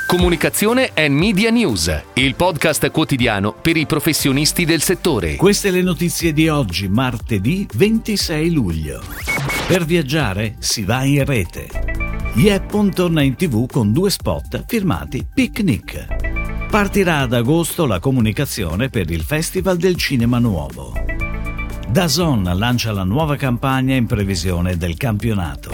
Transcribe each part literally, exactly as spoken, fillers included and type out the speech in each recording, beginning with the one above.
Comunicazione and Media News, il podcast quotidiano per i professionisti del settore. Queste le notizie di oggi, martedì ventisei luglio. Per viaggiare si va in rete. Yeppon torna in tivù con due spot firmati Picnic. Partirà ad agosto la comunicazione per il Festival del Cinema Nuovo. DAZN lancia la nuova campagna in previsione del campionato.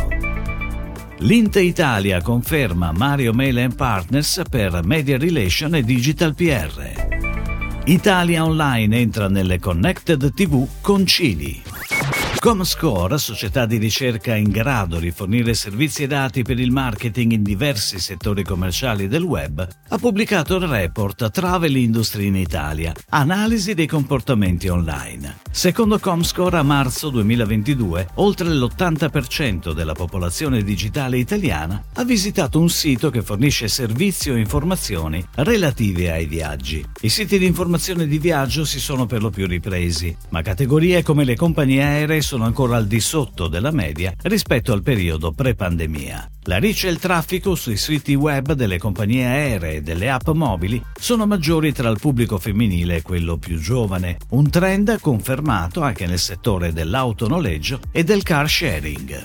Linte Italia conferma Mario Mele and Partners per Media Relation e Digital P R. Italia Online entra nelle Connected tivù con Cili. Comscore, società di ricerca in grado di fornire servizi e dati per il marketing in diversi settori commerciali del web, ha pubblicato il report Travel Industry in Italia, analisi dei comportamenti online. Secondo Comscore, a marzo duemilaventidue, oltre l'ottanta per cento della popolazione digitale italiana ha visitato un sito che fornisce servizi o informazioni relative ai viaggi. I siti di informazione di viaggio si sono per lo più ripresi, ma categorie come le compagnie aeree sono ancora al di sotto della media rispetto al periodo pre-pandemia. La reach e il traffico sui siti web delle compagnie aeree e delle app mobili sono maggiori tra il pubblico femminile e quello più giovane, un trend confermato anche nel settore dell'autonoleggio e del car sharing.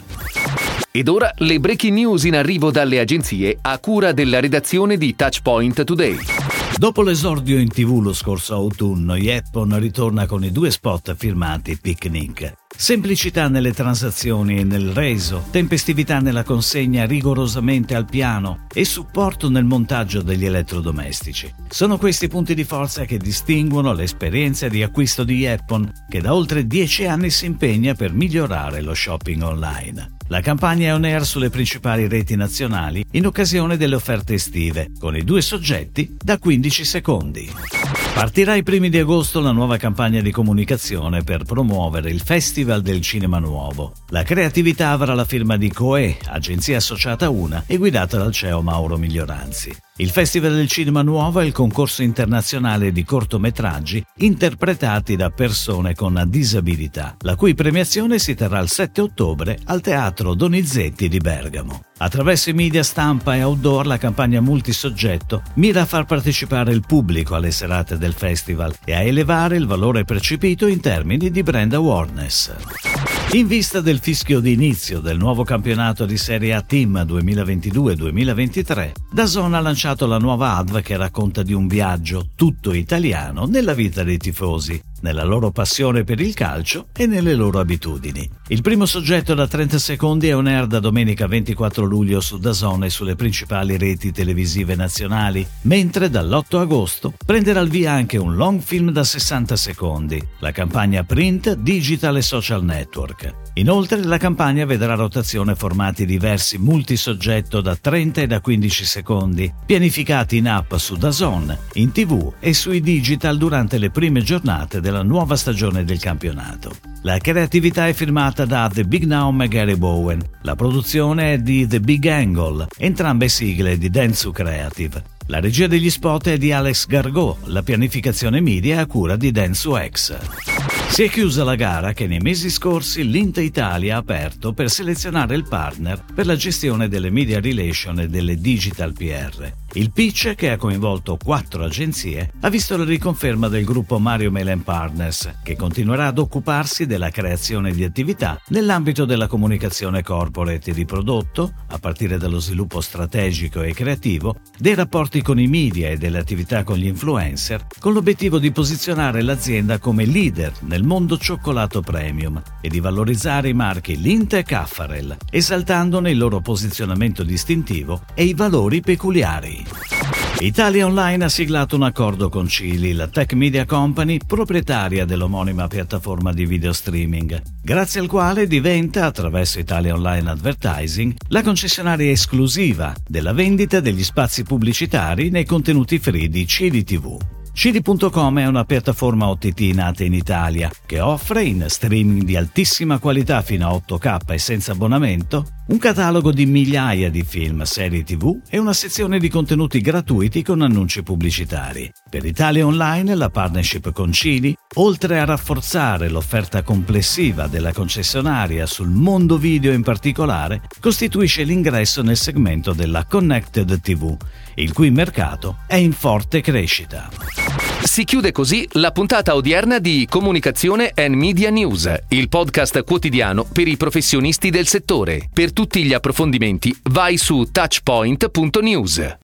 Ed ora le breaking news in arrivo dalle agenzie a cura della redazione di Touchpoint Today. Dopo l'esordio in tivù lo scorso autunno, Yeppon ritorna con i due spot firmati Picnic. Semplicità nelle transazioni e nel reso, tempestività nella consegna rigorosamente al piano e supporto nel montaggio degli elettrodomestici. Sono questi punti di forza che distinguono l'esperienza di acquisto di Yeppon, che da oltre dieci anni si impegna per migliorare lo shopping online. La campagna è on air sulle principali reti nazionali in occasione delle offerte estive, con i due soggetti da quindici secondi. Partirà ai primi di agosto la nuova campagna di comunicazione per promuovere il Festival del Cinema Nuovo. La creatività avrà la firma di Coe, agenzia associata a Una e guidata dal C E O Mauro Miglioranzi. Il Festival del Cinema Nuovo è il concorso internazionale di cortometraggi interpretati da persone con disabilità, la cui premiazione si terrà il sette ottobre al Teatro Donizetti di Bergamo. Attraverso i media stampa e outdoor, la campagna multisoggetto mira a far partecipare il pubblico alle serate del festival e a elevare il valore percepito in termini di brand awareness. In vista del fischio di inizio del nuovo campionato di Serie A Team duemilaventidue duemilaventitré, DAZN ha lanciato la nuova A D V che racconta di un viaggio tutto italiano nella vita dei tifosi, nella loro passione per il calcio e nelle loro abitudini. Il primo soggetto da trenta secondi è on air da domenica ventiquattro luglio su DAZN e sulle principali reti televisive nazionali, mentre dall'otto agosto prenderà il via anche un long film da sessanta secondi, la campagna print, digital e social network. Inoltre la campagna vedrà rotazione formati diversi multisoggetto da trenta e da quindici secondi, pianificati in app su DAZN, in tivù e sui digital durante le prime giornate della nuova stagione del campionato. La creatività è firmata da The Big Now e Gary Bowen, la produzione è di The Big Angle, entrambe sigle di Dentsu Creative. La regia degli spot è di Alex Gargot, la pianificazione media è a cura di Dentsu X. Si è chiusa la gara che nei mesi scorsi Linte Italia ha aperto per selezionare il partner per la gestione delle media relation e delle digital P R. Il pitch, che ha coinvolto quattro agenzie, ha visto la riconferma del gruppo Mario Mele and Partners, che continuerà ad occuparsi della creazione di attività nell'ambito della comunicazione corporate di prodotto, a partire dallo sviluppo strategico e creativo, dei rapporti con i media e delle attività con gli influencer, con l'obiettivo di posizionare l'azienda come leader nel mondo cioccolato premium e di valorizzare i marchi Lindt e Caffarel, esaltandone il loro posizionamento distintivo e i valori peculiari. Italia Online ha siglato un accordo con Cili, la tech media company proprietaria dell'omonima piattaforma di video streaming, grazie al quale diventa, attraverso Italia Online Advertising, la concessionaria esclusiva della vendita degli spazi pubblicitari nei contenuti free di Cili tivù. Cili punto com è una piattaforma O T T nata in Italia che offre, in streaming di altissima qualità fino a otto K e senza abbonamento, un catalogo di migliaia di film, serie tivù e una sezione di contenuti gratuiti con annunci pubblicitari. Per Italia Online la partnership con Cili, oltre a rafforzare l'offerta complessiva della concessionaria sul mondo video in particolare, costituisce l'ingresso nel segmento della Connected tivù, il cui mercato è in forte crescita. Si chiude così la puntata odierna di Comunicazione and Media News, il podcast quotidiano per i professionisti del settore. Per tutti gli approfondimenti vai su touchpoint punto news.